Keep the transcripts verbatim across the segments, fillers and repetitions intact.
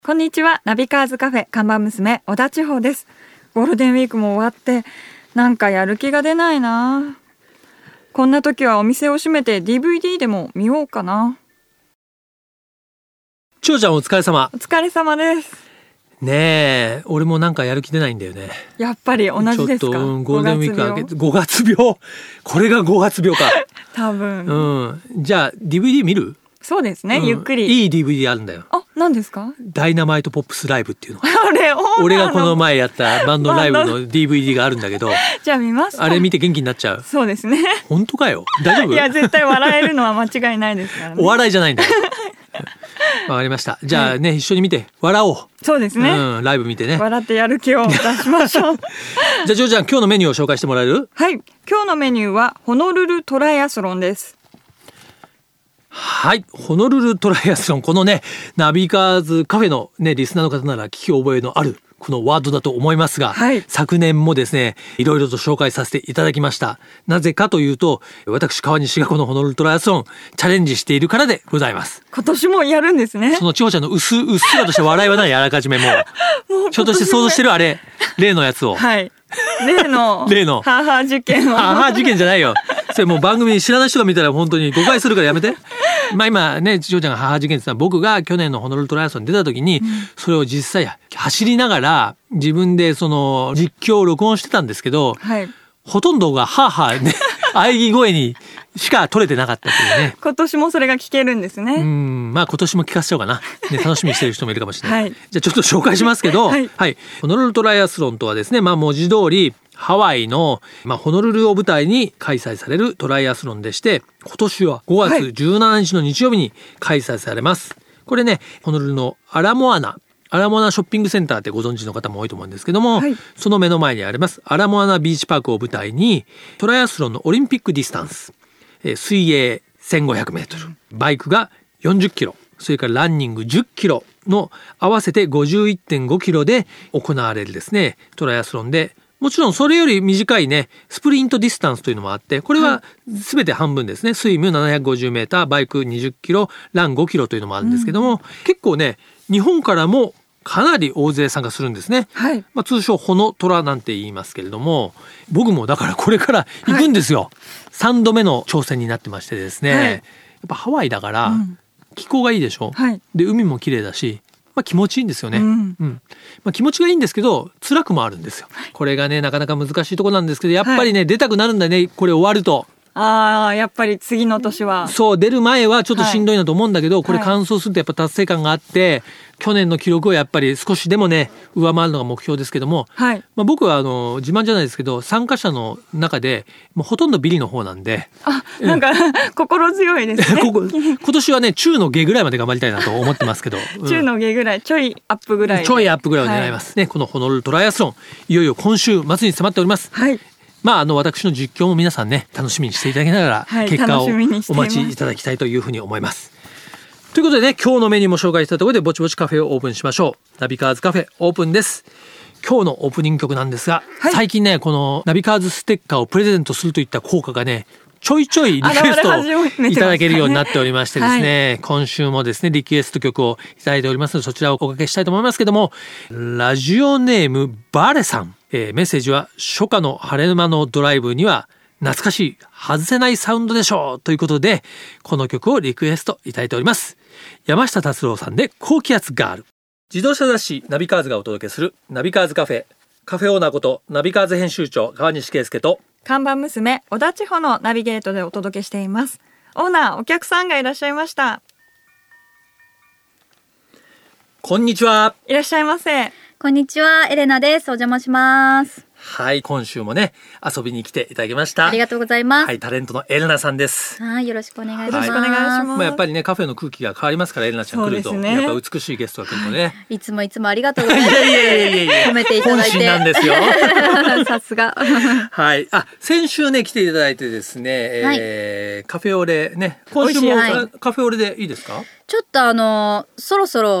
こんにちは。ナビカーズカフェ看板娘小田千穂です。ゴールデンウィークも終わってなんかやる気が出ないな。こんな時はお店を閉めて ディーブイディー でも見ようかな。 千穂ちゃんお疲れ様。 お疲れ様です。 ねえ、俺もなんかやる気出ないんだよね。 やっぱり同じですか。 ちょっと、うん、ゴールデンウィーク明けてごがつ病。これがごがつ病か。 多分。 うん。じゃあ ディーブイディー 見る？ そうですね、うん、ゆっくり。 いい ディーブイディー あるんだよ。 あ、何ですか？ ダイナマイトポップスライブっていうの。 あれ、 俺がこの前やったバンドライブの ディーブイディー があるんだけど。 じゃあ見ますか。 あれ見て元気になっちゃう。 そうですね。 本当かよ。大丈夫？ いや絶対笑えるのは間違いないですからね。 お笑いじゃないんだよ。わかりました。じゃあね、はい、一緒に見て笑おう。 そうですね、 うん、ライブ見てね、 笑ってやる気を出しましょう。 じゃあジョーちゃん、今日のメニューを紹介してもらえる？ はい、今日のメニューはホノルルトライアスロンです。 はい、ホノルルトライアスロン、このねナビカーズカフェのねリスナーの方なら聞き覚えのあるこのワードだと思いますが、はい、昨年もですねいろいろと紹介させていただきました。なぜかというと、私川西がこのホノルルトライアスロンチャレンジしているからでございます。 今年もやるんですね。 その千穂ちゃんのうっすうっすらとした笑いはないあらかじめもうもうひょっとして想像してるあれ例のやつを、はい例の例の母事件を母事件じゃないよ。それもう番組知らない人が見たら本当に誤解するからやめて。まあ今ね、千穂ちゃんが母事件って言ったら、僕が去年のホノルルトライアスロンに出た時に、うん、それを実際走りながら自分でその実況を録音してたんですけど、はい、ほとんどがはあはあね喘ぎ声にしか取れてなかったっていうね。 今年もそれが聞けるんですね。 うん、まあ今年も聞かせちゃおうかな、ね、楽しみにしてる人もいるかもしれない、はい、じゃあちょっと紹介しますけど、はい、はい、ホノルルトライアスロンとはですね、まあ文字通りハワイの、まあ、ホノルルを舞台に開催されるトライアスロンでして、今年はごがつじゅうしちにちの日曜日に開催されます、はい、これねホノルルのアラモアナアラモアナショッピングセンターってご存知の方も多いと思うんですけども、はい、その目の前にありますアラモアナビーチパークを舞台にトライアスロンのオリンピックディスタンス、えー、水泳せんごひゃくメートル、バイクがよんじゅっキロ、それからランニングじゅっキロの合わせて ごじゅういってんごキロで行われるですねトライアスロンで、もちろんそれより短いねスプリントディスタンスというのもあって、これは全て半分ですね。スイムななひゃくごじゅうメーター、バイクにじゅっキロ、ランごキロというのもあるんですけども、うん、結構ね日本からもかなり大勢参加するんですね、はい、まあ、通称ホノトラなんて言いますけれども、僕もだからこれから行くんですよ、はい、さんどめの挑戦になってましてですね、はい、やっぱハワイだから、うん、気候がいいでしょ、はい、で海も綺麗だし、まあ、気持ちいいんですよね、うんうん、まあ、気持ちがいいんですけど辛くもあるんですよ。これがねなかなか難しいところなんですけど、やっぱりね、はい、出たくなるんだね、これ終わると。 ああ、やっぱり次の年はそう、出る前はちょっとしんどいなと思うんだけど、はい、これ完走するとやっぱ達成感があって、はい、去年の記録をやっぱり少しでもね上回るのが目標ですけども、はい、まあ、僕はあの自慢じゃないですけど参加者の中でもうほとんどビリの方なんで、 あ、なんか、うん、心強いですね。 今年はね中の下ぐらいまで頑張りたいなと思ってますけど、 うん、中の下ぐらい、ちょいアップぐらい、 ちょいアップぐらいを狙います、はい、ね。このホノルルトライアスロンいよいよ今週末に迫っております。はい、まあ、あの私の実況も皆さんね楽しみにしていただきながら、はい、結果をお待ちいただきたいというふうに思います。ということでね、今日のメニューも紹介したところでぼちぼちカフェをオープンしましょう。ナビカーズカフェオープンです。今日のオープニング曲なんですが、はい、最近ねこのナビカーズステッカーをプレゼントするといった効果がねちょいちょいリクエストをいただけるようになっておりましてですね、はい、今週もですねリクエスト曲をいただいておりますので、そちらをおかけしたいと思いますけども、ラジオネームバレさん、えー、メッセージは初夏の晴れ間のドライブには懐かしい外せないサウンドでしょうということで、この曲をリクエストいただいております。山下達郎さんで高気圧ガール。自動車雑誌ナビカーズがお届けするナビカーズカフェ、カフェオーナーことナビカーズ編集長川西圭介と看板娘小田千穂のナビゲートでお届けしています。オーナー、お客さんがいらっしゃいました。 こんにちは。 いらっしゃいませ。 こんにちは、エレナです。お邪魔します。 はい、今週もね遊びに来ていただきました。 ありがとうございます。 はい、タレントのエレナさんです。 はい、よろしくお願いします。 よろしくお願いします。 まあ、やっぱりねカフェの空気が変わりますから、エレナちゃん来ると、ね、やっぱ美しいゲストが来るとね、はい、 いつもいつもありがとうございます。 いやいやいやいやいや褒めていただいて本心なんですよ。 さすが。 はい、あ、先週ね来ていただいてですね、えーはい、カフェオレね、今週も、はい、カフェオレでいいですか？ ちょっとあのそろそろ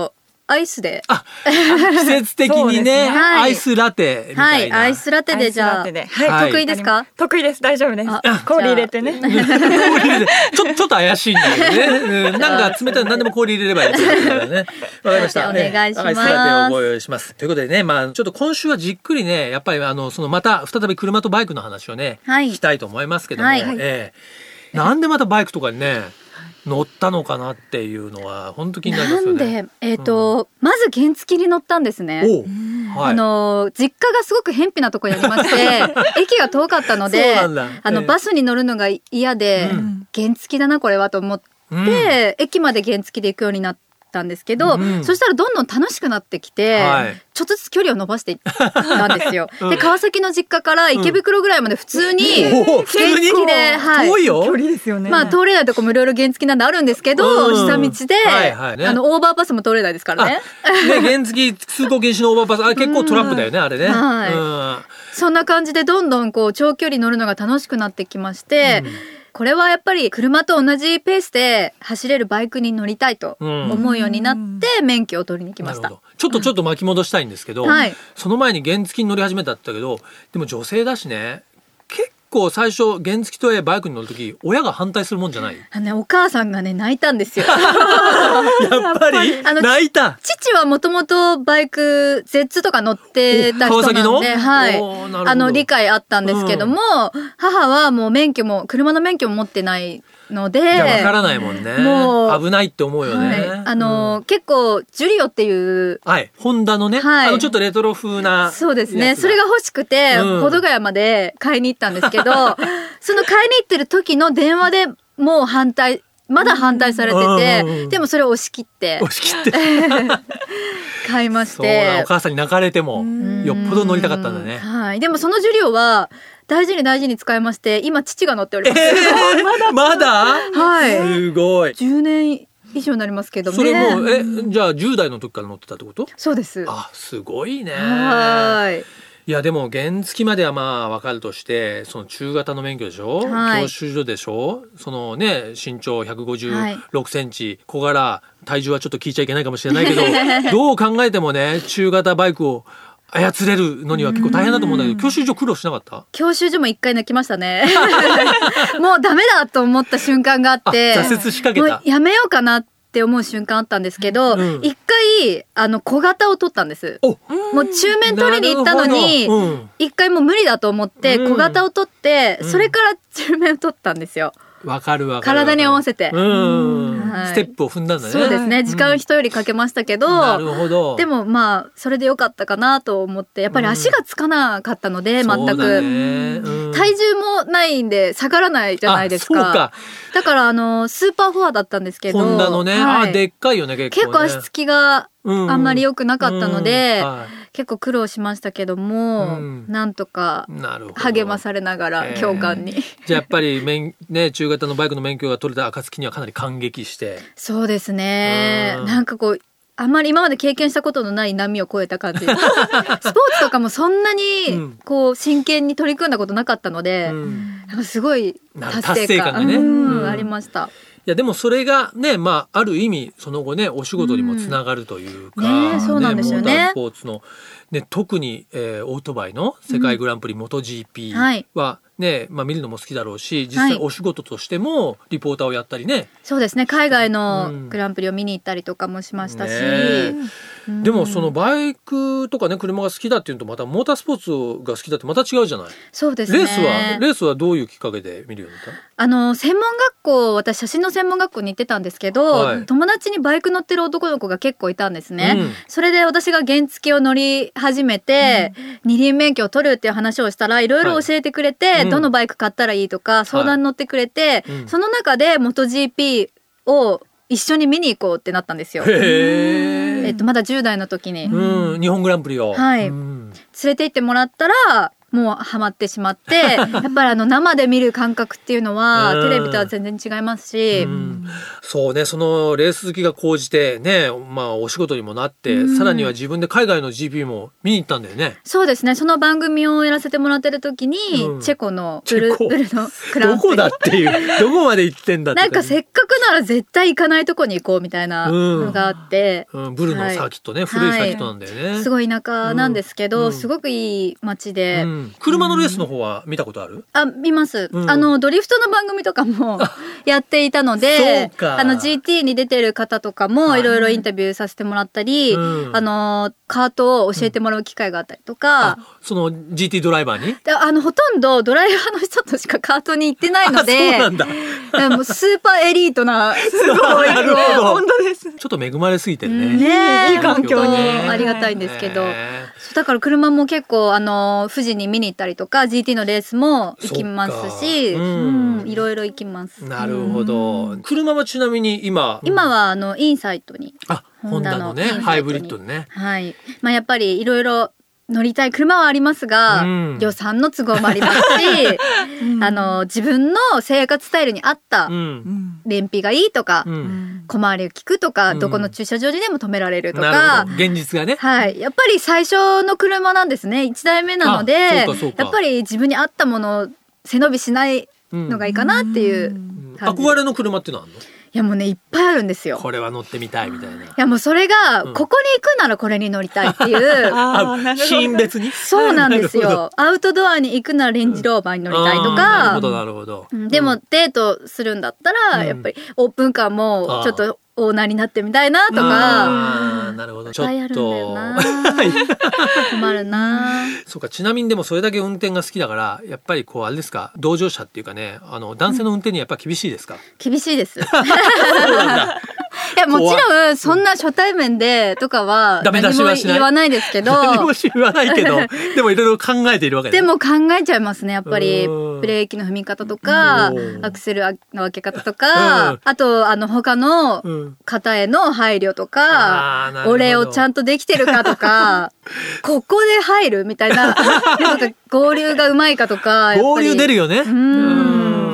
アイスで、 あ、季節的に ね, ね、はい、アイスラテみたいな、 はい、アイスラテでじゃあ、はい、得意ですか？ 得意です、大丈夫です。氷入れてね氷入れてちょ, ちょっと怪しいんだけどね、うん、なんか冷たいの何でも氷入れればいいということでね。わかりました。 お願いします。 アイスラテをご用意します。ということでね、まあちょっと今週はじっくりね、やっぱりあのそのまた再び車とバイクの話をね、はい、したいと思いますけども、はい、えー、なんでまたバイクとかにね乗ったのかなっていうのは本当気になりますよね。 なんで、えーとうん、まず原付に乗ったんですね。はい、あの実家がすごく偏僻なところにありまして駅が遠かったのであの、えー、バスに乗るのが嫌で、うん、原付だなこれはと思って、うん、駅まで原付で行くようになったんですけど、うん、そしたらどんどん楽しくなってきて、はい、ちょっとずつ距離を伸ばしていったんですよ、うん、で川崎の実家から池袋ぐらいまで普通に原付で、はい、 遠いよ距離ですよね。 まあ通れないとこもいろいろ原付なんであるんですけど、うん、下道で、はいはいね、あのオーバーパスも通れないですからね。 ね原付通行禁止のオーバーパス、あれ結構トラップだよね、うん、あれね、はい、うん、 そんな感じでどんどんこう長距離乗るのが楽しくなってきまして、うん、これはやっぱり車と同じペースで走れるバイクに乗りたいと思うようになって免許を取りに来ました。 なるほど。ちょっとちょっと巻き戻したいんですけど、うん、はい、その前に原付に乗り始めたって言ったけど、でも女性だしね、結構最初原付とバイクに乗るとき親が反対するもんじゃない？ あの、ね、お母さんがね泣いたんですよやっぱりあの泣いた。 父はもともとバイク ゼッツ とか乗ってた人なんで、はい、あの理解あったんですけども、うん、母はもう免許も車の免許も持ってないので、 いや分からないもんね。もう危ないって思うよね、 はい、あの、うん、結構ジュリオっていう、 はい、ホンダのね、はい、あのちょっとレトロ風な、 そうですね、それが欲しくて、うん、保土ヶ谷まで買いに行ったんですけどその買いに行ってる時の電話でもう反対、まだ反対されてて、うん、でもそれを押し切って押し切って買いまして、 そうだ、お母さんに泣かれてもよっぽど乗りたかったんだね。 はい、でもそのジュリオは大事に大事に使いまして、今父が乗っております、 えー、まだまだ、 はい、 すごい。 じゅうねん以上になりますけどね。 それもえじゃあじゅう代の時から乗ってたってこと？ そうです。 あ、すごいね。 はい、 いやでも原付まではまあ分かるとして、その中型の免許でしょ、はい、教習所でしょ、そのね身長ひゃくごじゅうろくセンチ、はい、小柄、体重はちょっと聞いちゃいけないかもしれないけどどう考えてもね中型バイクを操れるのには結構大変だと思うんだけど、教習所苦労しなかった？ 教習所も一回泣きましたねもうダメだと思った瞬間があって、 挫折しかけた。 もうやめようかなって思う瞬間あったんですけど、うん、一回あの小型を取ったんです。もう中面取りに行ったのに、うん、一回もう無理だと思って小型を取って、うん、それから中面を取ったんですよ。 わかるわかる。 体に合わせて、うん、 はい、ステップを踏んだんだね。 そうですね、時間人よりかけましたけど、うん、 なるほど。 でもまあそれでよかったかなと思って、やっぱり足がつかなかったので、うん、全く、ね、うん、体重もないんで下がらないじゃないですか。 そうか。 だからあのスーパーフォアだったんですけど、 ホンダのね、はい、あでっかいよね、結構ね。 結構足つきがあんまり良くなかったので、うんうん、はい、結構苦労しましたけども、うん、なんとか励まされながら教官に、えー、 じゃあやっぱり免、ね、中型のバイクの免許が取れた暁にはかなり感激して。 そうですね、うん、なんかこうあんまり今まで経験したことのない波を越えた感じスポーツとかもそんなにこう真剣に取り組んだことなかったので、うん、なんかすごい達成感がね、うん、ありました。 いやでもそれがね、まあ、ある意味その後ねお仕事にもつながるというか、 うんね、そうなんですよね、 モータースポーツの、ね、特に、えー、オートバイの世界グランプリ、うん、モト ジーピー はね、まあ、見るのも好きだろうし、実際お仕事としてもリポーターをやったりね、はい、 そうですね、海外のグランプリを見に行ったりとかもしましたし、 ね、うん、でもそのバイクとかね車が好きだっていうのとまたモータースポーツが好きだってまた違うじゃない。 そうですね。 レースはレースはどういうきっかけで見るようになった？ あの専門学校、私写真の専門学校に行ってたんですけど、はい、友達にバイク乗ってる男の子が結構いたんですね、うん、それで私が原付を乗り始めて、うん、二輪免許を取るっていう話をしたらいろいろ教えてくれて、はい、どのバイク買ったらいいとか相談に乗ってくれて、はい、その中でモト ジーピー を一緒に見に行こうってなったんですよ。へえっと、まだじゅう代の時に、 うん、日本グランプリを、 はい、うん、連れて行ってもらったらもうハマってしまってやっぱりあの生で見る感覚っていうのはテレビとは全然違いますし、うん、 そうね、そのレース好きが高じてね、まあお仕事にもなって、うん、さらには自分で海外の ジーピー も見に行ったんだよね。 そうですね、その番組をやらせてもらってる時に、うん、チェコのブル、ブルのクランプリどこだっていうどこまで行ってんだってなんかせっかくなら絶対行かないとこに行こうみたいなのがあって、 うんうん、ブルのサーキットね、はい、古いサーキットなんだよね、 はい、すごい田舎なんですけど、うん、すごくいい街で、うん、 車のレースの方は見たことある？ あ、見ます、うん、あのドリフトの番組とかもやっていたのであの ジーティー に出てる方とかもいろいろインタビューさせてもらったり、うん、あのカートを教えてもらう機会があったりとか、うん、 その ジーティー ドライバーにあのほとんどドライバーの人としかカートに行ってないのでそうなんだもうスーパーエリートなすごいなるほど本当です。 ちょっと恵まれすぎてるね、 ね、 いい環境にありがたいんですけど、だから車も結構あの富士に見に行ったりとか ジーティー のレースも行きますし、うん、いろいろ行きます。 なるほど。車はちなみに今今はあのインサイトに、 あ、ホンダのねハイブリッドね、 はい、まあやっぱりいろいろ乗りたい車はありますが、うん、予算の都合もありますし、うん、あの自分の生活スタイルに合った燃費がいいとか、うん、小回りを利くとか、うん、どこの駐車場にでも止められるとか、 現実がね、 はい、やっぱり最初の車なんですね、いちだいめなのでやっぱり自分に合ったものを背伸びしないのがいいかなっていう感じ。 憧れの車ってのあるの？ いやもうねいっぱいあるんですよ。 これは乗ってみたいみたいな。いやもうそれが、うん、ここに行くならこれに乗りたいっていうあシーン別にそうなんですよ。アウトドアに行くならレンジローバーに乗りたいとか、うん、 なるほどなるほど、 うん、でもデートするんだったら、うん、やっぱりオープンカーもちょっとオーナーになってみたいなとか、 あ、なるほど、ちょっといっぱいあるんだよな困るな。 そうか、ちなみにでもそれだけ運転が好きだからやっぱりこうあれですか、同乗者っていうかね、あの男性の運転にやっぱ厳しいですか？ 厳しいですそうなんだいやもちろんそんな初対面でとかは何も言わないですけど何も言わないけどでもいろいろ考えているわけで、 でも考えちゃいますねやっぱり。ブレーキの踏み方とかアクセルの分け方とか、あとあの他の方への配慮とか、俺をちゃんとできてるかとかここで入るみたいななんか合流がうまいかとか、 合流出るよね。うん、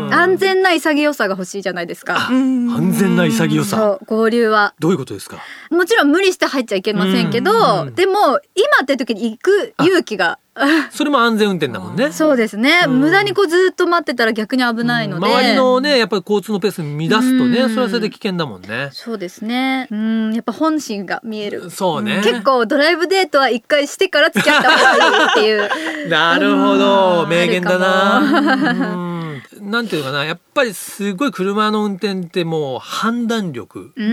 安全な潔さが欲しいじゃないですか。 安全な潔さ。 そう、合流はどういうことですか？ もちろん無理して入っちゃいけませんけど、でも今って時に行く勇気がそれも安全運転だもんね。 そうですね、うん、無駄にこうずっと待ってたら逆に危ないので、 うん、周りのねやっぱり交通のペースに乱すとね、それはそれで危険だもんね。 そうですね、うん、やっぱ本心が見える。 そうね、 結構ドライブデートは一回してから付き合った方がいいっていうなるほど、名言だな。うん、なんていうかな、やっぱりすごい車の運転ってもう判断力、うん、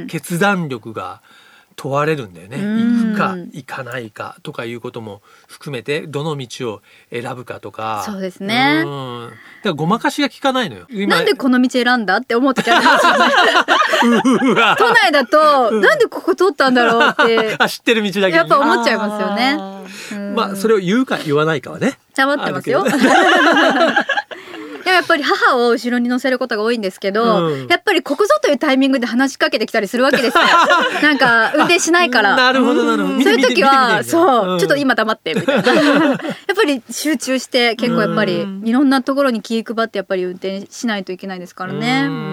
決断力が問われるんだよね。行くか行かないかとかいうことも含めてどの道を選ぶかとか。 そうですね、 うん、だからごまかしが効かないのよ。 なんでこの道選んだって思う時ありますよね都内だと、うん、なんでここ通ったんだろうってあ知ってる道だけやっぱ思っちゃいますよね。 うん、まあそれを言うか言わないかはね、 ちゃまってますよでもやっぱり母を後ろに乗せることが多いんですけど、うん、やっぱりここぞというタイミングで話しかけてきたりするわけですよなんか運転しないからなるほどなるほど、 そういう時はそう、うん、ちょっと今黙ってみたいなやっぱり集中して結構やっぱりいろんなところに気配ってやっぱり運転しないといけないですからね。うん、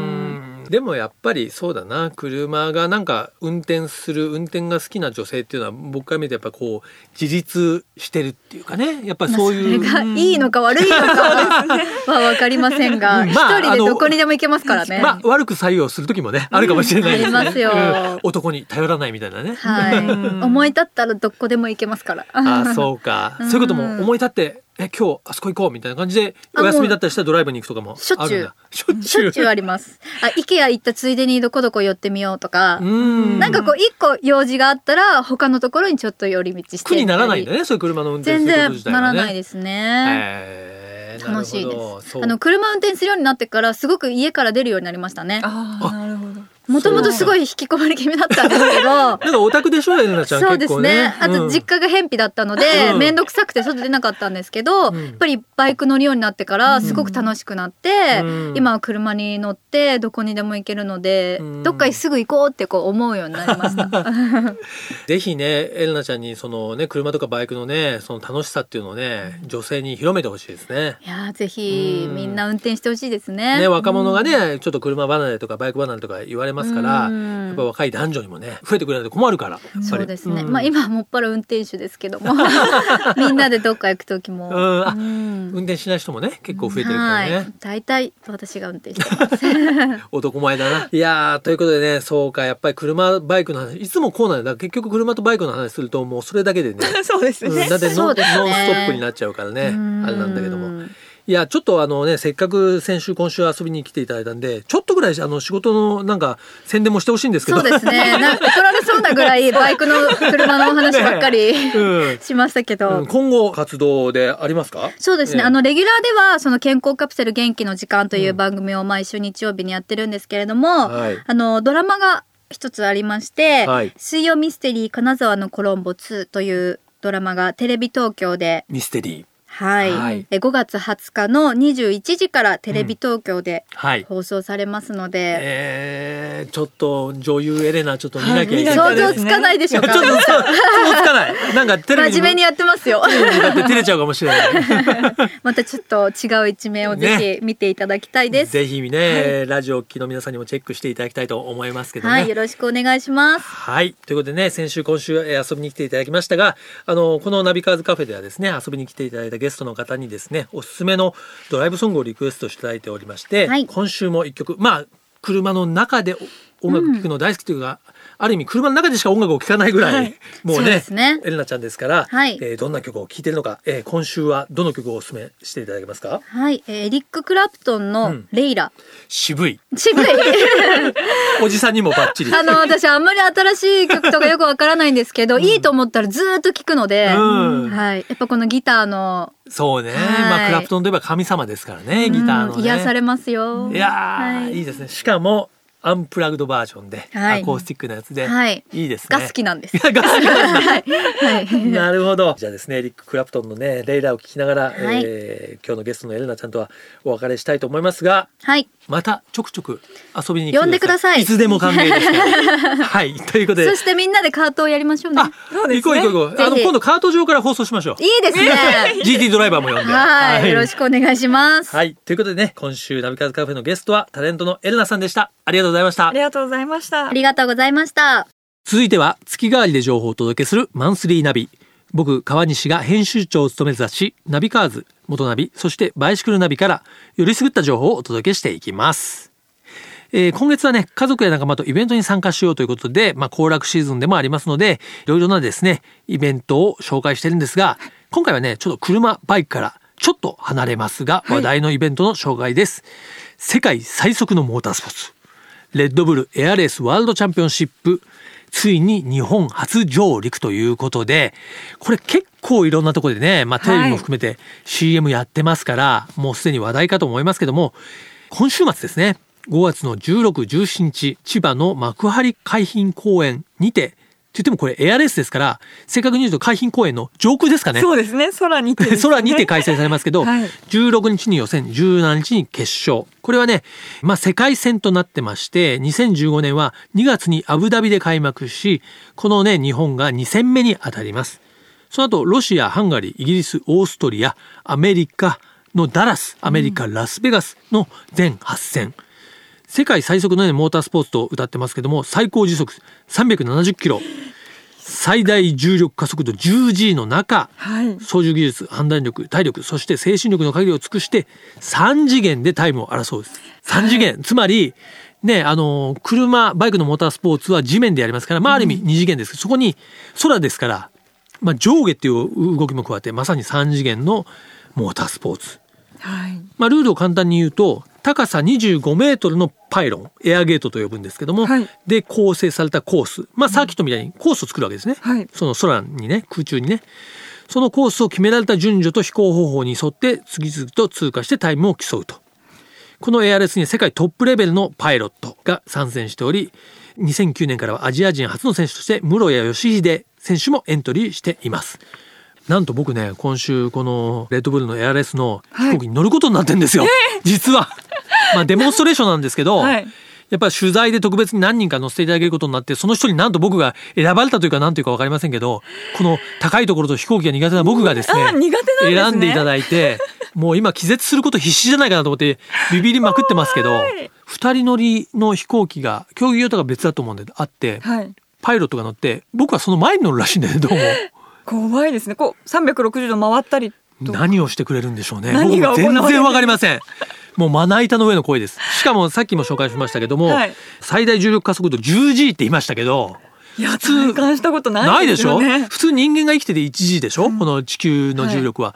でもやっぱりそうだな、車がなんか運転する運転が好きな女性っていうのは僕から見てやっぱこう自立してるっていうかね、やっぱそういう、 まあ、それがいいのか悪いのかは分かりませんが、一、まあ、人でどこにでも行けますからね。 まあ悪く採用する時もねあるかもしれないですね、 ありますよ、うん、 男に頼らないみたいなね、 はい、思い立ったらどこでも行けますからあそうか、そういうことも思い立ってえ今日あそこ行こうみたいな感じでお休みだったりしたらドライブに行くとかもあるんだ。 しょっちゅうしょっちゅうしょっちゅうあります。あ IKEA 行ったついでにどこどこ寄ってみようとか、うんなんかこう一個用事があったら他のところにちょっと寄り道して苦にならないんだね、そういう車の運転すること自体はね。 全然ならないですね、 えー、 楽しいです。あの車運転するようになってからすごく家から出るようになりましたね。 ああなるほど。 もともとすごい引きこもり気味だったんですけどなんかオタクでしょエレナちゃん。 そうですね、あと実家が偏僻だったので面倒、うん、くさくて外出なかったんですけど、うん、やっぱりバイク乗るようになってからすごく楽しくなって、うん、今は車に乗ってどこにでも行けるので、うん、どっかにすぐ行こうってこう思うようになりましたぜひねエレナちゃんにその、ね、車とかバイクのねその楽しさっていうのをね女性に広めてほしいですね。 いやぜひみんな運転してほしいですね。 ね若者がねちょっと車離れとかバイク離れとか言われますから、やっぱ若い男女にもね増えてくれないと困るから。 そうですね、まあ、今はもっぱら運転手ですけどもみんなでどっか行く時も、 うんあうん、運転しない人もね結構増えてるからね、はい、 大体私が運転してます男前だな。いやということでねそうかやっぱり車バイクの話いつもこうなんだ。結局車とバイクの話するともうそれだけでねそうですね、 うん、だってノン、ノンストップになっちゃうからねあれなんだけども。いやちょっとあのねせっかく先週今週遊びに来ていただいたんでちょっとぐらいあの仕事のなんか宣伝もしてほしいんですけど。 そうですねなんか怒られそうなぐらいバイクの車のお話ばっかり、ねうん、しましたけど、うん、 今後活動でありますか。 そうですね、ねあのレギュラーではその健康カプセル元気の時間という番組を毎週日曜日にやってるんですけれども、うんはい、あのドラマが一つありまして、はい、水曜ミステリー金沢のコロンボツーというドラマがテレビ東京でミステリーはい、はい、えごがつはつかのにじゅういちじからテレビ東京で放送されますので、うんはいえー、ちょっと女優エレナちょっと見なきゃいけない、 はい、想像つかないでしょうか。 ちょっと想像つかないなんかテレビ真面目にやってますよだって照れちゃうかもしれないまたちょっと違う一面をぜひ見ていただきたいです、 ね、ぜひね、はい、ラジオをお聞きの皆さんにもチェックしていただきたいと思いますけどね、 はい、よろしくお願いします。 はいということでね先週今週遊びに来ていただきましたがあのこのナビカーズカフェではですね遊びに来ていただいたゲストの方にですねおすすめのドライブソングをリクエストしていただいておりまして、はい、今週も一曲まあ車の中で音楽聴くの大好きというか、うん、ある意味車の中でしか音楽を聴かないぐらい、はい、もう ね, うねエレナちゃんですから、はいえー、どんな曲を聴いているのか、えー、今週はどの曲をおすすめしていただけますか。 はい、えー、エリック・クラプトンのレイラ、うん、 渋い渋いおじさんにもバッチリあの私あんまり新しい曲とかよくわからないんですけど、うん、いいと思ったらずっと聴くので、うんはい、やっぱこのギターのそうね、はいまあ、クラプトンといえば神様ですからねギターのね、 うん、癒されますよ。 いや、はい、いいですね。しかもアンプラグドバージョンで、はい、アコースティックなやつで、はい、いいですね。 が好きなんです。 が好きなんだ、はいはい、なるほど。じゃあですねエリック・クラプトンのねレイラを聞きながら、はいえー、今日のゲストのエレナちゃんとはお別れしたいと思いますが、はい、またちょくちょく遊びに来てください。 呼んでください。 いつでも歓迎ですからはいということでそしてみんなでカートをやりましょうね。あそうですね、行こう行こう行こうあの今度カート場から放送しましょう。 いいですねジーティー ドライバーも呼んではい、はい、よろしくお願いします。 はいということでね今週ナビカーズカフェのゲストはタレントのエレナさんでした。ありがとうございました。 ありがとうございました。 ありがとうございました。 続いては月替わりで情報をお届けするマンスリーナビ。僕川西が編集長を務める雑誌ナビカーズ元ナビそしてバイシクルナビからよりすぐった情報をお届けしていきます。えー、今月はね家族や仲間とイベントに参加しようということでまあ行楽シーズンでもありますのでいろいろなですねイベントを紹介してるんですが今回はねちょっと車バイクからちょっと離れますが話題のイベントの紹介です、はい、世界最速のモータースポーツレッドブルエアレースワールドチャンピオンシップついに日本初上陸ということでこれ結構いろんなところでね、まあ、テレビも含めて シーエム やってますから、はい、もうすでに話題かと思いますけども今週末ですねごがつのじゅうろく、じゅうしちにち千葉の幕張海浜公園にてといってもこれエアレースですから正確に言うと海浜公園の上空ですかね。 そうですね空にてですね空にて開催されますけど、はい、じゅうろくにちに予選じゅうしちにちに決勝これはね、まあ、世界戦となってましてにせんじゅうごねんはにがつにアブダビで開幕しこのね日本がに戦目に当たります。その後ロシアハンガリーイギリスオーストリアアメリカのダラスアメリカラスベガスの全はち戦、うん、世界最速の、ね、モータースポーツと歌ってますけども最高時速さんびゃくななじゅっキロ最大重力加速度 じゅうジー の中、はい、操縦技術判断力体力そして精神力の限りを尽くしてさん次元でタイムを争うさん次元、はい、つまりねあの車バイクのモータースポーツは地面でやりますから、まあ、ある意味に次元ですけど、うん、そこに空ですから、まあ、上下っていう動きも加わってまさにさん次元のモータースポーツ、はいまあ、ルールを簡単に言うと高さにじゅうごメートルのパイロンエアゲートと呼ぶんですけども、はい、で構成されたコース、まあ、サーキットみたいにコースを作るわけですね、はい、その空にね空中にねそのコースを決められた順序と飛行方法に沿って次々と通過してタイムを競うとこの エーアールエス に世界トップレベルのパイロットが参戦しており、にせんきゅうねんからはアジア人初の選手として室谷義秀選手もエントリーしています。なんと僕ね、今週このレッドブルの エーアールエス の飛行機に乗ることになってるんですよ、はい、実はまあデモンストレーションなんですけど、はい、やっぱり取材で特別に何人か乗せていただけることになって、その人になんと僕が選ばれたというか何というか分かりませんけど、この高いところと飛行機が苦手な僕がですね、 あ、苦手なんですね、 選んでいただいて、もう今気絶すること必死じゃないかなと思ってビビりまくってますけど、ふたり乗りの飛行機が競技用とか別だと思うんであって、はい、パイロットが乗って僕はその前に乗るらしいんだよね。どうも怖いですね。こうさんびゃくろくじゅうど回ったりとか何をしてくれるんでしょうね。僕も全然わかりません。もうまな板の上の声です。しかもさっきも紹介しましたけども、はい、最大重力加速度 じゅうジー って言いましたけど、 いや体感したことないですよね。 ないでしょ。普通人間が生きてて いちジー でしょ、うん、この地球の重力は、はい、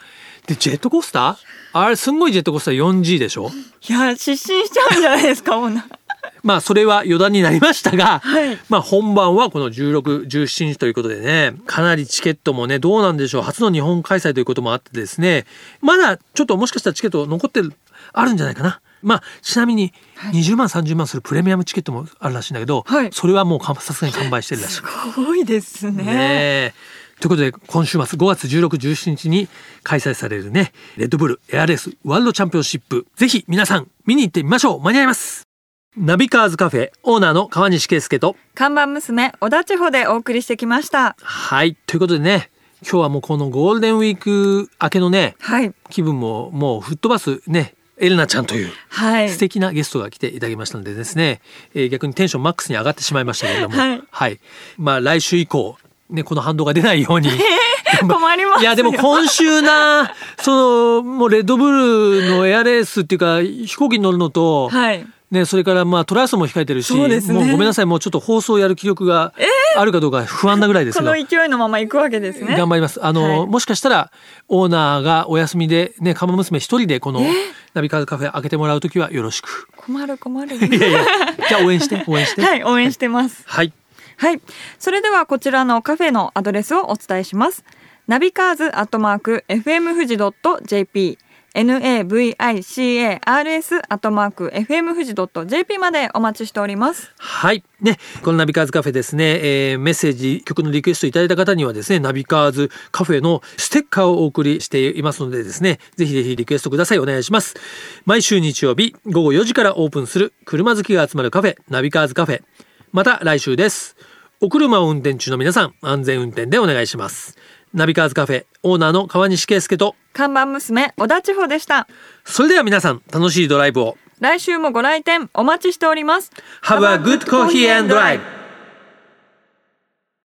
でジェットコースター、あれすんごいジェットコースター よんジー でしょ。 いや失神しちゃうんじゃないですかもうなまあそれは余談になりましたが、 はい、 まあ本番はこのじゅうろく、じゅうしちにちということでね、かなりチケットもねどうなんでしょう。初の日本開催ということもあってですね、まだちょっともしかしたらチケット残ってるあるんじゃないかな。まあちなみににじゅうまんさんじゅうまんするプレミアムチケットもあるらしいんだけど、はい、それはもうさすがに完売してるらしい。 すごいですね。 ねということで今週末ごがつじゅうろく、じゅうしちにちに開催されるねレッドブル エーアールエス ワールドチャンピオンシップ、ぜひ皆さん見に行ってみましょう。間に合います。ナビカーズカフェオーナーの川西圭介と看板娘小田千穂でお送りしてきました。 はいということでね、今日はもうこのゴールデンウィーク明けのね、はい、気分ももう吹っ飛ばすねエレナちゃんという素敵なゲストが来ていただきましたのでですね、えー、逆にテンションマックスに上がってしまいましたけれども、はい、はい、まあ来週以降ねこの反動が出ないように困りますよ。 いやでも今週なそのもうレッドブルのエアレースっていうか飛行機に乗るのと、はいね、それからまあトライアスロンも控えてるし、そうですね、もうごめんなさい、もうちょっと放送やる気力があるかどうか不安なぐらいですけど、 この勢いのまま行くわけですね。 頑張ります。あの、はい、もしかしたらオーナーがお休みでね、看板娘一人でこのナビカーズカフェ開けてもらうときはよろしく。 困る困る。 いやいや、じゃあ応援して応援して。 はい、応援してます。 はい。 はい。それではこちらのカフェのアドレスをお伝えします。ナビカーズアットマーク エフエム 富士 .jpナビカーズ アットマーク エフエム 富士 .jp までお待ちしております。 はいね、このナビカーズカフェですね、えー、メッセージ曲のリクエストいただいた方にはですね、ナビカーズカフェのステッカーをお送りしていますのでですね、ぜひぜひリクエストください。お願いします。毎週日曜日ごごよじからオープンする車好きが集まるカフェ、ナビカーズカフェ、また来週です。お車を運転中の皆さん、安全運転でお願いします。ナビカーズカフェオーナーの川西圭介と看板娘小田千穂でした。 それでは皆さん楽しいドライブを。 来週もご来店お待ちしております。 Have a good coffee and drive.